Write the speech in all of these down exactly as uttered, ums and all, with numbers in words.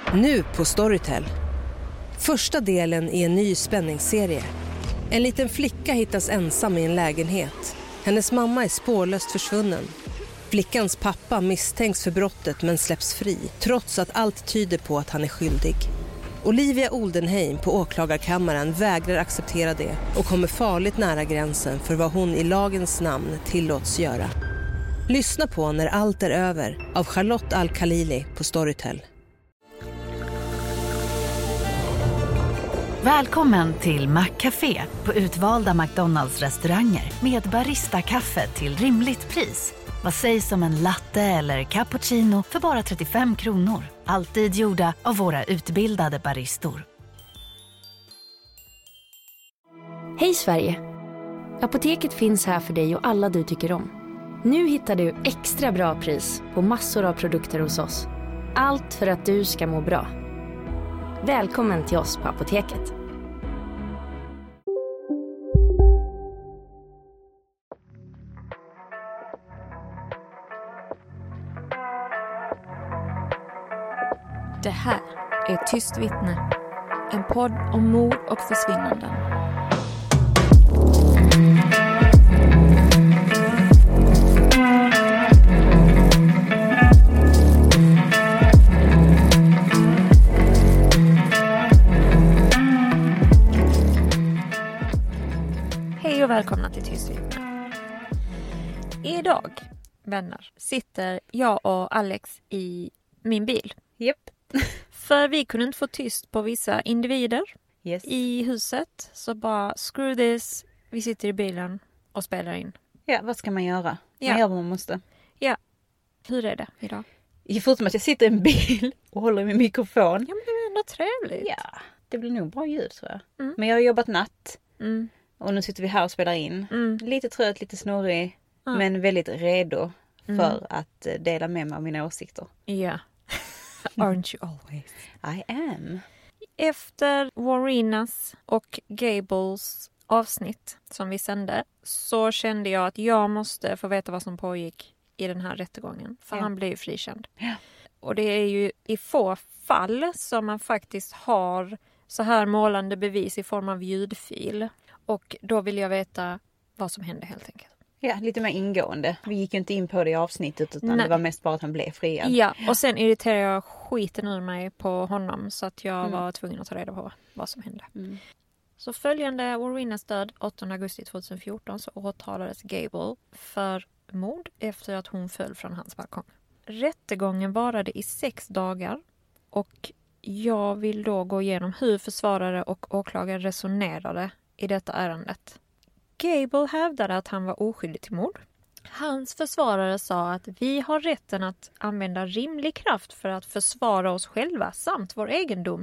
Nu på Storytel. Första delen i en ny spänningsserie. En liten flicka hittas ensam i en lägenhet. Hennes mamma är spårlöst försvunnen. Flickans pappa misstänks för brottet men släpps fri, trots att allt tyder på att han är skyldig. Olivia Oldenheim på åklagarkammaren vägrar acceptera det och kommer farligt nära gränsen för vad hon i lagens namn tillåts göra. Lyssna på När allt är över av Charlotte Al-Khalili på Storytel. Välkommen till Maccafé på utvalda McDonalds-restauranger med barista-kaffe till rimligt pris. Vad sägs om en latte eller cappuccino för bara trettiofem kronor? Alltid gjorda av våra utbildade baristor. Hej Sverige! Apoteket finns här för dig och alla du tycker om. Nu hittar du extra bra pris på massor av produkter hos oss. Allt för att du ska må bra. Välkommen till oss på Apoteket. Det här är Tyst vittne. En podd om mord och försvinnanden. Hej och välkomna till Tyst vittne. Idag, vänner, sitter jag och Alex i min bil. Japp. För vi kunde inte få tyst på vissa individer Yes. i huset. Så bara, screw this. Vi sitter i bilen och spelar in. Ja, vad ska man göra? Ja. Man gör vad man måste. Ja. Hur är det idag? Förutom att jag sitter i en bil och håller i min mikrofon. Ja, men det är ändå trevligt. Ja, det blir nog bra ljud tror jag. Mm. Men jag har jobbat natt. Mm. Och nu sitter vi här och spelar in. Mm. Lite trött, lite snurrig. Ja. Men väldigt redo för Mm. att eh, dela med mig av mina åsikter. Ja. Aren't you always? I am. Efter Warrenas och Gables avsnitt som vi sände så kände jag att jag måste få veta vad som pågick i den här rättegången. För Ja. han blev ju frikänd. Ja. Och det är ju i få fall som man faktiskt har så här målande bevis i form av ljudfil. Och då vill jag veta vad som hände helt enkelt. Ja, lite mer ingående. Vi gick ju inte in på det i avsnittet utan Nej. det var mest bara att han blev friad. Ja, och sen irriterade jag skiten ur mig på honom så att jag Mm. var tvungen att ta reda på vad som hände. Mm. Så följande Warrenas död åttonde augusti tjugohundrafjorton så åtalades Gable för mord efter att hon föll från hans balkong. Rättegången varade i sex dagar och jag vill då gå igenom hur försvarare och åklagare resonerade i detta ärendet. Gable hävdade att han var oskyldig till mord. Hans försvarare sa att vi har rätten att använda rimlig kraft för att försvara oss själva samt vår egendom.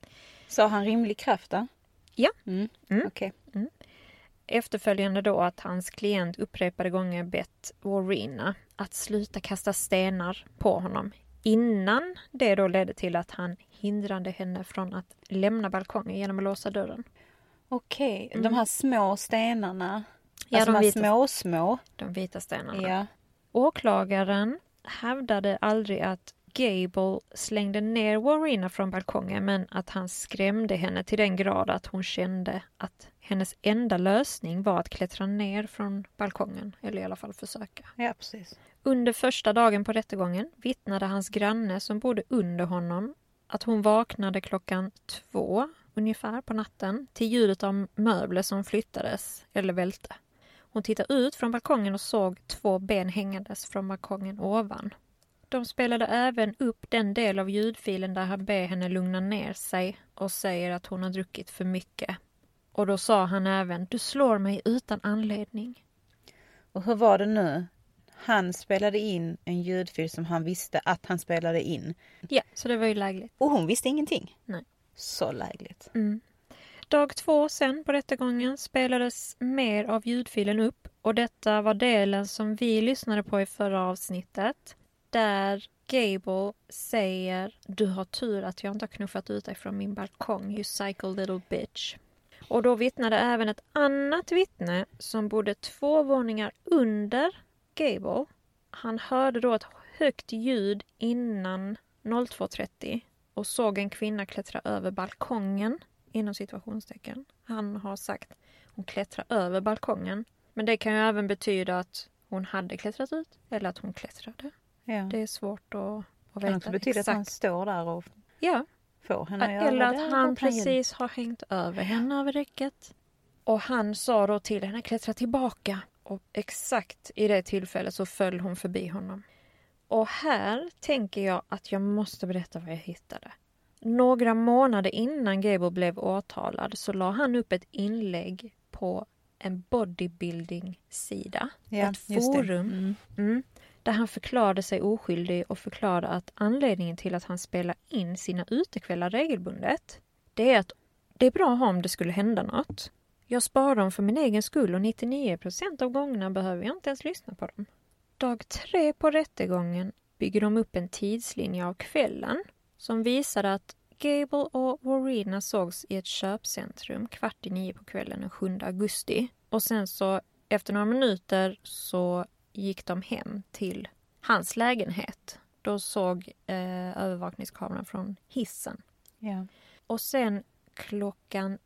Sa han rimlig kraft då? Ja. Mm. Mm. Okej. Efterföljande då att hans klient upprepade gånger bett Warrena att sluta kasta stenar på honom. Innan det då ledde till att han hindrade henne från att lämna balkongen genom att låsa dörren. Okej, Mm. de här små stenarna. Ja, alltså de de här vita- små små. De vita stenarna. Ja. Åklagaren hävdade aldrig att Gable slängde ner Warrena från balkongen men att han skrämde henne till den grad att hon kände att hennes enda lösning var att klättra ner från balkongen, eller i alla fall försöka. Ja, precis. Under första dagen på rättegången vittnade hans granne som bodde under honom att hon vaknade klockan två ungefär på natten till ljudet av möbler som flyttades eller välte. Hon tittade ut från balkongen och såg två ben hängandes från balkongen ovan. De spelade även upp den del av ljudfilen där han ber henne lugna ner sig och säger att hon har druckit för mycket. Och då sa han även, du slår mig utan anledning. Och hur var det nu? Han spelade in en ljudfil som han visste att han spelade in. Ja, så det var ju lägligt. Och hon visste ingenting. Nej. Så lägligt. Mm. Dag två sen på rättegången spelades mer av ljudfilen upp och detta var delen som vi lyssnade på i förra avsnittet där Gable säger du har tur att jag inte har knuffat ut dig från min balkong, you psycho little bitch. Och då vittnade även ett annat vittne som bodde två våningar under Gable. Han hörde då ett högt ljud innan två trettio och såg en kvinna klättra över balkongen inom situationstecken. Han har sagt hon klättrar över balkongen. Men det kan ju även betyda att hon hade klättrat ut eller att hon klättrade. Ja. Det är svårt att, att Det veta kan också betyda exakt. att han står där och Ja. får henne att göra Eller det. att han precis har hängt över henne över räcket. Och han sa då till henne klättra tillbaka. Och exakt i det tillfället så föll hon förbi honom. Och här tänker jag att jag måste berätta vad jag hittade. Några månader innan Gable blev åtalad så la han upp ett inlägg på en bodybuilding-sida. Ja, ett just det. forum. Mm. Mm, där han förklarade sig oskyldig och förklarade att anledningen till att han spelar in sina utekvällar regelbundet, det är att det är bra att ha om det skulle hända något. Jag sparar dem för min egen skull och nittionio procent av gångerna behöver jag inte ens lyssna på dem. Dag tre på rättegången bygger de upp en tidslinje av kvällen som visade att Gable och Warrena sågs i ett köpcentrum kvart i nio på kvällen den sjunde augusti. Och sen så efter några minuter så gick de hem till hans lägenhet. Då såg eh, övervakningskameran från hissen. Ja. Och sen klockan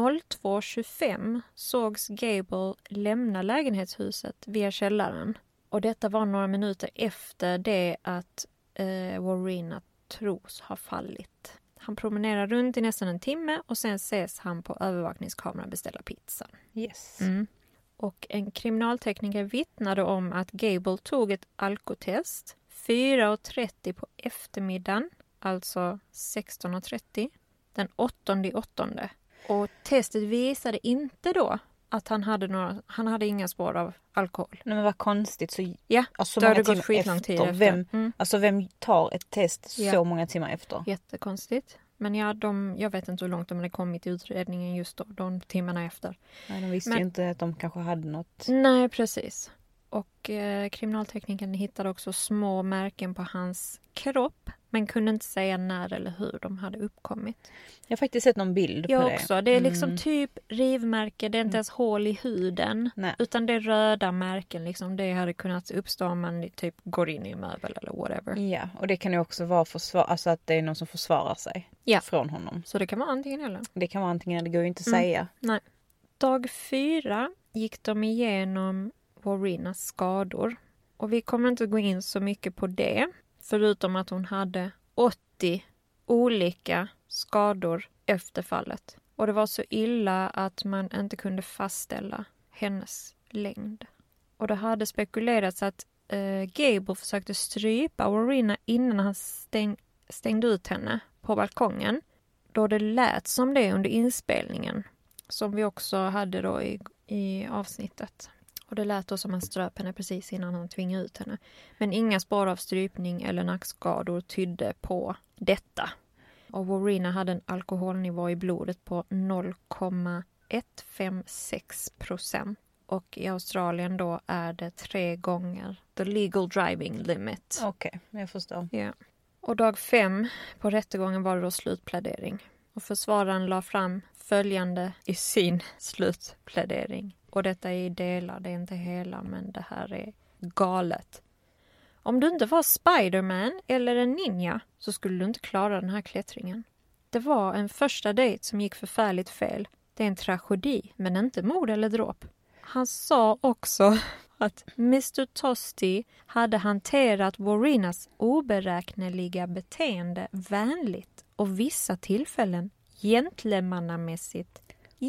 två tjugofem sågs Gable lämna lägenhetshuset via källaren. Och detta var några minuter efter det att eh, Warrena tros ha fallit. Han promenerar runt i nästan en timme och sen ses han på övervakningskameran beställa pizza. Yes. Mm. Och en kriminaltekniker vittnade om att Gable tog ett alkotest fyra trettio på eftermiddagen, alltså sexton trettio, den åttonde åttonde. Och testet visade inte då att han hade några, han hade inga spår av alkohol. Nej, men vad konstigt. Så, Ja, alltså, då har många det gått timmar skitlång tid efter. efter. Vem, Mm. Alltså vem tar ett test Ja. så många timmar efter? Jättekonstigt. Men ja, de, jag vet inte hur långt de hade kommit i utredningen just då, de timmarna efter. Nej, de visste Men- ju inte att de kanske hade något. Nej, precis. Och eh, kriminaltekniken hittade också små märken på hans kropp, men kunde inte säga när eller hur de hade uppkommit. Jag har faktiskt sett någon bild på Jag det. också. Det är liksom Mm. typ rivmärke, det är inte ens hål i huden. Nej. Utan det är röda märken. Liksom. Det hade kunnat uppstå om man typ går in i en möbel eller whatever. Ja, och det kan ju också vara försvar, alltså att det är någon som försvarar sig Ja. från honom. Så det kan vara antingen eller. Det kan vara antingen, det går ju inte att Mm. säga. Nej. Dag fyra gick de igenom Warrenas skador. Och vi kommer inte gå in så mycket på det. Förutom att hon hade åttio olika skador efter fallet. Och det var så illa att man inte kunde fastställa hennes längd. Och det hade spekulerats att eh, Gable försökte strypa Warrena innan han stäng, stängde ut henne på balkongen. Då det lät som det under inspelningen. Som vi också hade då i, i avsnittet. Och det lät då som han ströp henne precis innan han tvingade ut henne. Men inga spår av strypning eller nackskador tydde på detta. Och Warrena hade en alkoholnivå i blodet på noll komma etthundrafemtiosex procent. Och i Australien då är det tre gånger the legal driving limit. Okej, okay, jag förstår. Ja. Och dag fem på rättegången var det då slutplädering. Och försvararen la fram följande i sin slutplädering. Och detta är i delar, det är inte hela, men det här är galet. Om du inte var Spiderman eller en ninja så skulle du inte klara den här klättringen. Det var en första dejt som gick förfärligt fel. Det är en tragedi, men inte mord eller dråp. Han sa också att mister Tosti hade hanterat Warrenas oberäkneliga beteende vänligt och vissa tillfällen gentlemannamässigt.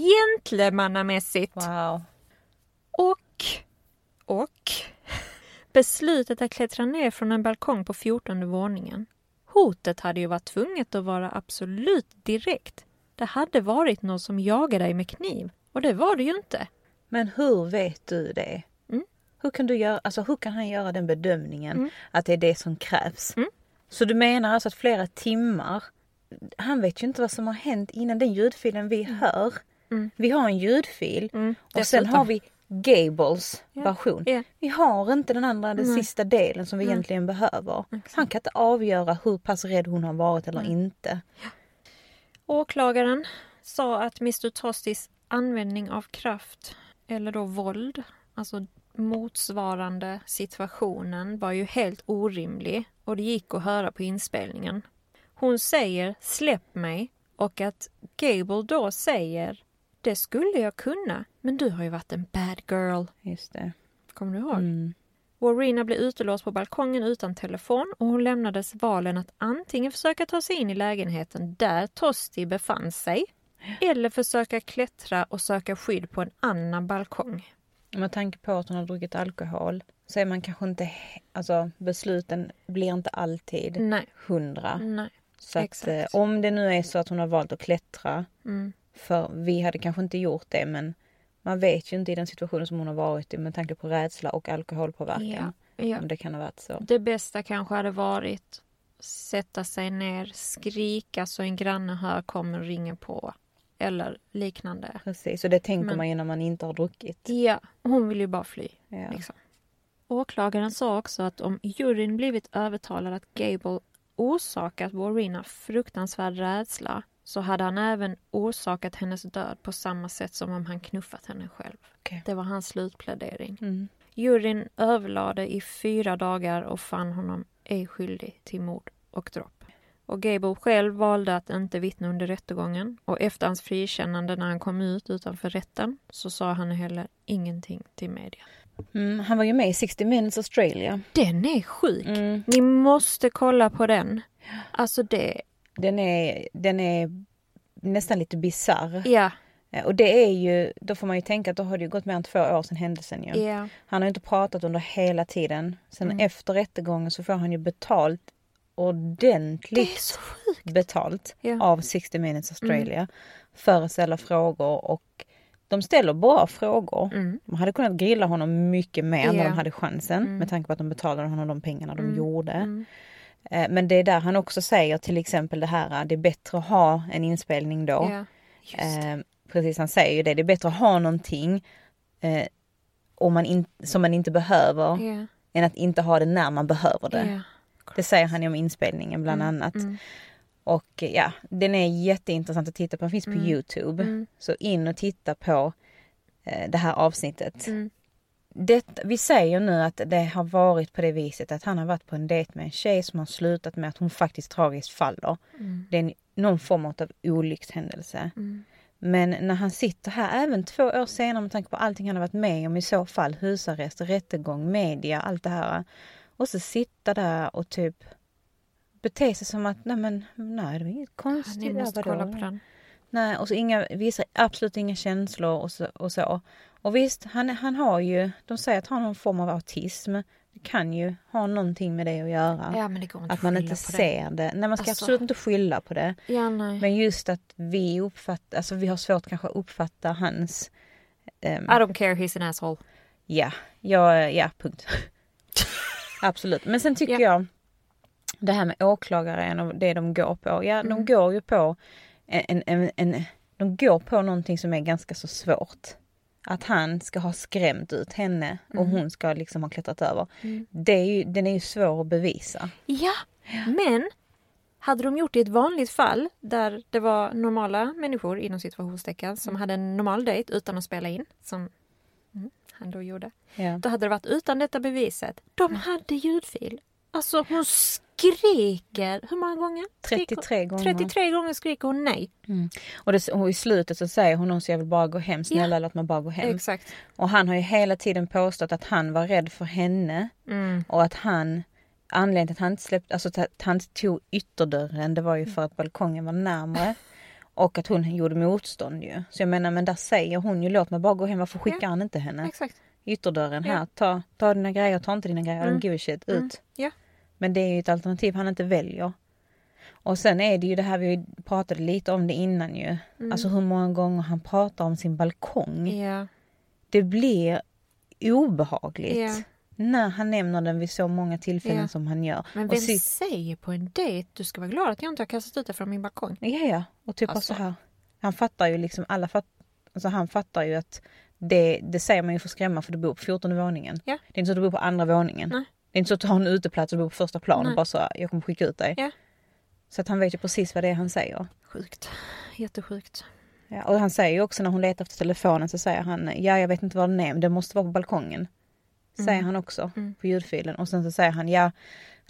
Gentlemannamässigt! Wow. Och, och beslutet att klättra ner från en balkong på fjortonde våningen. Hotet hade ju varit tvunget att vara absolut direkt. Det hade varit någon som jagade dig med kniv. Och det var det ju inte. Men hur vet du det? Mm. Hur kan du göra, alltså hur kan han göra den bedömningen Mm. att det är det som krävs? Mm. Så du menar alltså att flera timmar, han vet ju inte vad som har hänt innan den ljudfilen vi hör. Mm. Vi har en ljudfil Mm, och sen dessutom. har vi Gables Ja, version. ja. Vi har inte den andra, den Nej. sista delen som vi Nej. egentligen behöver. Exakt. Han kan inte avgöra hur pass rädd hon har varit eller Nej. inte. Åklagaren sa att mister Tostis användning av kraft eller då våld, alltså motsvarande situationen, var ju helt orimlig och det gick att höra på inspelningen. hon säger släpp mig och att Gable då säger det skulle jag kunna, men du har ju varit en bad girl. Just det. Kommer du ihåg? Mm. Warrena blev utelåst på balkongen utan telefon och hon lämnades valen att antingen försöka ta sig in i lägenheten där Tosti befann sig eller försöka klättra och söka skydd på en annan balkong. Med tanke på att hon har druckit alkohol så är man kanske inte, alltså besluten blir inte alltid Nej. hundra. Nej. Så att, Exakt. eh, om det nu är så att hon har valt att klättra, Mm. för vi hade kanske inte gjort det, men man vet ju inte i den situationen som hon har varit i med tanke på rädsla och alkoholpåverkan. Ja. Ja. Om det kan ha varit så. Det bästa kanske hade varit sätta sig ner, skrika så en granne hör, kommer och ringer på eller liknande. Precis, och det tänker Men- man ju när man inte har druckit. Ja, hon vill ju bara fly. Ja. Liksom. Åklagaren sa också att om juryn blivit övertalad att Gable orsakat Warrena fruktansvärd rädsla så hade han även orsakat hennes död på samma sätt som om han knuffat henne själv. Okej. Det var hans slutplädering. Mm. Juryn överlade i fyra dagar och fann honom ej skyldig till mord och dråp. Och Gable själv valde att inte vittna under rättegången och efter hans frikännande när han kom ut utanför rätten så sa han heller ingenting till media. Mm, han var ju med i sextio minutes Australia. Den är sjuk. Mm. Ni måste kolla på den. Alltså det, Den är, den är nästan lite bizarr. ja, Och det är ju, då får man ju tänka att då har det ju gått mer än två år sedan händelsen ju. ja, Han har ju inte pratat under hela tiden. Sen Mm. efter rättegången så får han ju betalt det är ordentligt så sjukt. betalt Ja. av sextio minutes Australia för att ställa frågor, och de ställer bra frågor. Mm. De hade kunnat grilla honom mycket mer Ja. när de hade chansen Mm. med tanke på att de betalade honom de pengarna de Mm. gjorde. Mm. Eh, Men det är där han också säger till exempel det här, det är bättre att ha en inspelning då. Ja, just det. Eh, precis, han säger ju det, det är bättre att ha någonting eh, om man in, som man inte behöver Ja, än att inte ha det när man behöver det. ja. Det säger han ju om inspelningen bland annat. Mm. Och eh, ja, den är jätteintressant att titta på, den finns på Mm. YouTube. Mm. Så in och titta på eh, det här avsnittet. Mm. Det, vi säger nu att det har varit på det viset att han har varit på en dejt med en tjej som har slutat med att hon faktiskt tragiskt faller. Mm. Det är en, någon form av olyckshändelse. Mm. Men när han sitter här även två år senare med tanke på allting han har varit med om, i så fall husarrest, rättegång, media, allt det här. Och så sitta där och typ bete sig som att nej men nej, det var inget Ja, konstigt. ni måste Ja, vadå? kolla på den. Nej, och så inga, visar absolut inga känslor och så. Och, så. Och visst, han, han har ju, de säger att han har någon form av autism. Det kan ju ha någonting med det att göra. Ja, men det går inte att man skylla inte på ser det. Nej, man ska Alltså. absolut inte skylla på det. det. Ja, nej. Men just att vi uppfattar, alltså vi har svårt kanske att uppfatta hans... ehm, I don't care, he's an asshole. ja, ja, ja, punkt. Absolut. Men sen tycker Ja. jag, det här med åklagaren och det de går på. Ja, Mm. de går ju på en, en, en, de går på någonting som är ganska så svårt. Att han ska ha skrämt ut henne och Mm. hon ska liksom ha klättrat över. Mm. Det är ju, den är ju svår att bevisa. Ja, men hade de gjort det i ett vanligt fall där det var normala människor inom situationstecken som hade en normal dejt utan att spela in, som mm, han då gjorde. Ja. Då hade det varit utan detta beviset. De hade ljudfil. Alltså hon skriker, hur många gånger? Skriker- trettiotre gånger. trettiotre gånger skriker hon nej. Mm. Och, det, och i slutet så säger hon också, jag vill bara gå hem, snälla låt mig bara gå hem. Exakt. Och han har ju hela tiden påstått att han var rädd för henne. Mm. Och att han, anledningen till att han inte släppte, alltså att han tog ytterdörren, det var ju för att balkongen var närmare. Och att hon gjorde motstånd ju. Så jag menar, men där säger hon ju, låt mig bara gå hem, varför skickar Ja. han inte henne? Exakt. Ytterdörren, Ja. här, ta, ta dina grejer, ta inte dina grejer, Mm. don't give a shit, ut. Mm. Ja. Men det är ju ett alternativ han inte väljer. Och sen är det ju det här, vi pratade lite om det innan ju. Mm. Alltså hur många gånger han pratar om sin balkong. Ja. Det blir obehagligt. Ja. När han nämner den vid så många tillfällen Ja. som han gör. Men och vem si- säger på en dejt, du ska vara glad att jag inte har kastat ut dig från min balkong? Ja, ja. Och typ Alltså. så här. Han fattar ju liksom, alla fatt, alltså han fattar ju att det, det säger man ju för att skrämma, för du bor på fjortonde våningen. Ja. Det är inte så att du bor på andra våningen. Nej. Det är inte så att du har en uteplats och du bor på första plan Nej. och bara så, jag kommer skicka ut dig. Ja. Så att han vet ju precis vad det är han säger. Sjukt. Jättesjukt. Ja, och han säger ju också när hon letar efter telefonen, så säger han, ja jag vet inte vad den är, men det måste vara på balkongen. Säger Mm. han också Mm. på ljudfilen. Och sen så säger han, ja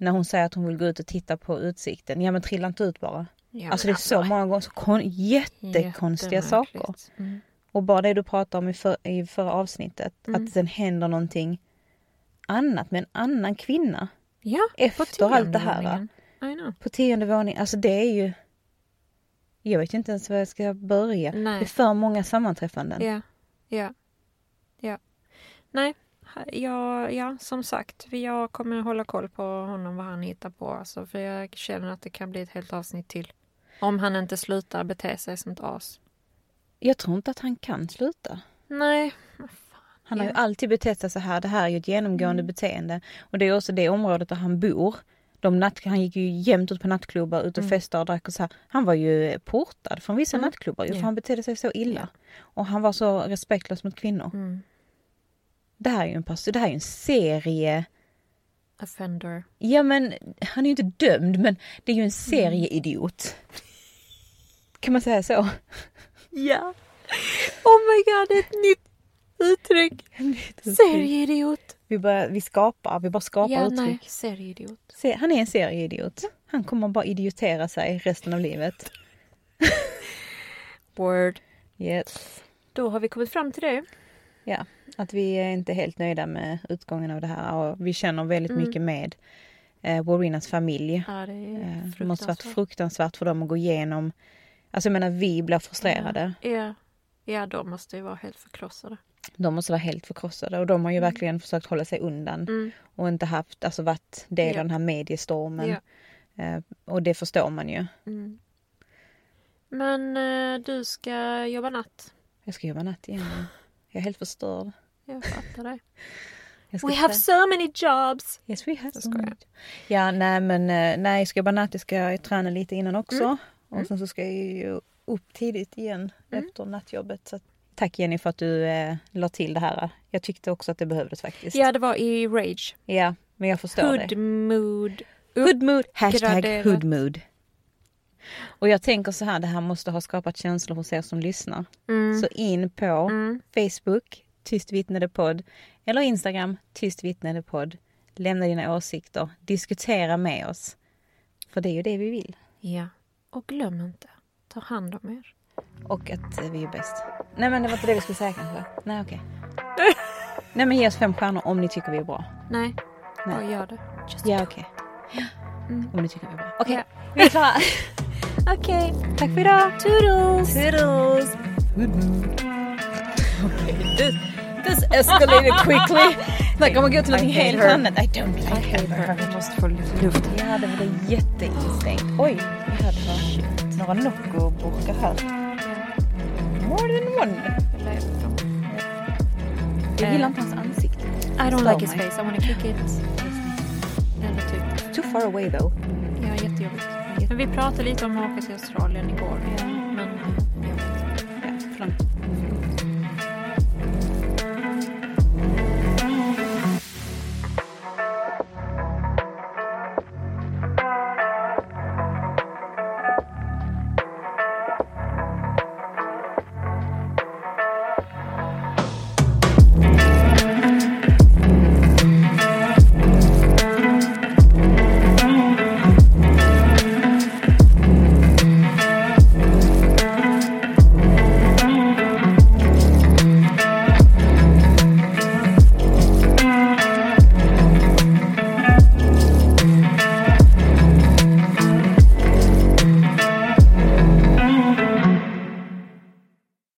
När hon säger att hon vill gå ut och titta på utsikten. Ja men trilla inte ut bara. Ja, alltså det är alltså, så många gånger så kon- jättekonstiga saker. Mm. Och bara det du pratade om i, för, i förra avsnittet. Mm. Att sen händer någonting annat med en annan kvinna. Ja, efter allt det här. I know. På tionde våning. Alltså det är ju... Jag vet inte ens var jag ska börja. Nej. Det är för många sammanträffanden. Ja, ja, ja. Nej, ja, ja, som sagt. Jag kommer hålla koll på honom, vad han hittar på. Alltså, för jag känner att det kan bli ett helt avsnitt till. Om han inte slutar bete sig som ett as. Jag tror inte att han kan sluta. Nej, vad fan. Han har ja. ju alltid betett sig så här. Det här är ju ett genomgående Mm. beteende. Och det är också det området där han bor. De natt, han gick ju jämt ut på nattklubbar, ut och Mm. festade och drack och så här. Han var ju portad från vissa Mm. nattklubbar. Ju, för Ja. han betedde sig så illa. Ja. Och han var så respektlös mot kvinnor. Mm. Det här är ju en pass, det här är ju en serie. Offender. Ja men han är ju inte dömd, men det är ju en serieidiot. Kan man säga så? Ja. Oh my god, det är ett nytt uttryck. Serieidiot. Vi, bara, vi skapar, vi bara skapar Ja, uttryck. nej, serieidiot. Se, han är en serieidiot. Han kommer bara idiotera sig resten av livet. Word. Yes. Då har vi kommit fram till det. Ja, att vi är inte helt nöjda med utgången av det här. Och vi känner väldigt Mm. mycket med eh, Warinas familj. Ja, det är Eh, det måste varit fruktansvärt. fruktansvärt för dem att gå igenom. Alltså jag menar, vi blir frustrerade. Ja, ja, de måste ju vara helt förkrossade. De måste vara helt förkrossade. Och de har ju Mm. verkligen försökt hålla sig undan. Mm. Och inte haft, alltså varit del Ja. av den här mediestormen. Ja. Eh, och det förstår man ju. Mm. Men eh, du ska jobba natt. Jag ska jobba natt igen. Jag är helt förstörd. Jag fattar det. Jag ska We have trä- so many jobs. Yes, we have Jag so skojar. much. Ja, nej men eh, nej, jag ska jobba natt. Jag ska träna lite innan också. Mm. Och sen så ska jag ju upp tidigt igen Mm. efter nattjobbet. Så att, tack Jenny för att du eh, la till det här. Jag tyckte också att det behövdes faktiskt. Ja, det var i Rage. Ja, men jag förstår Hood det. mood. Hoodmood. Hashtag Uppgraderat. hoodmood. Och jag tänker så här, det här måste ha skapat känslor hos er som lyssnar. Mm. Så in på Mm. Facebook, Tyst vittnade podd, eller Instagram, Tyst vittnade podd. Lämna dina åsikter, diskutera med oss. För det är ju det vi vill. Ja, och glöm inte, ta hand om er. Och att eh, vi är bäst. Nej men det var inte det vi skulle säga kanske. Nej okej. Nej men ge oss fem stjärnor om ni tycker vi är bra. Nej, Nej. bara gör det. Just Ja do okej. Mm. Om ni tycker vi är bra. Okej, Ja. vi är klara. Okej, Tack för idag. toodles! Toodles. Okay, this, this escalated quickly. Like I'm gonna go to någonting hate helt her. annat. I don't like her. Jag måste få lite luft. Ja, det var jätteinstängt. Oj, vi hade några, några Nocco-burkar här. More than one. Jag gillar inte hans ansikte. I don't Slå like his mig. face, I wanna kick it. Eller typ, Too far away though. ja, jättejobbigt. Men vi pratade lite om att åka till Australien igår. Men, eh, jag vet inte. Ja, förlåt.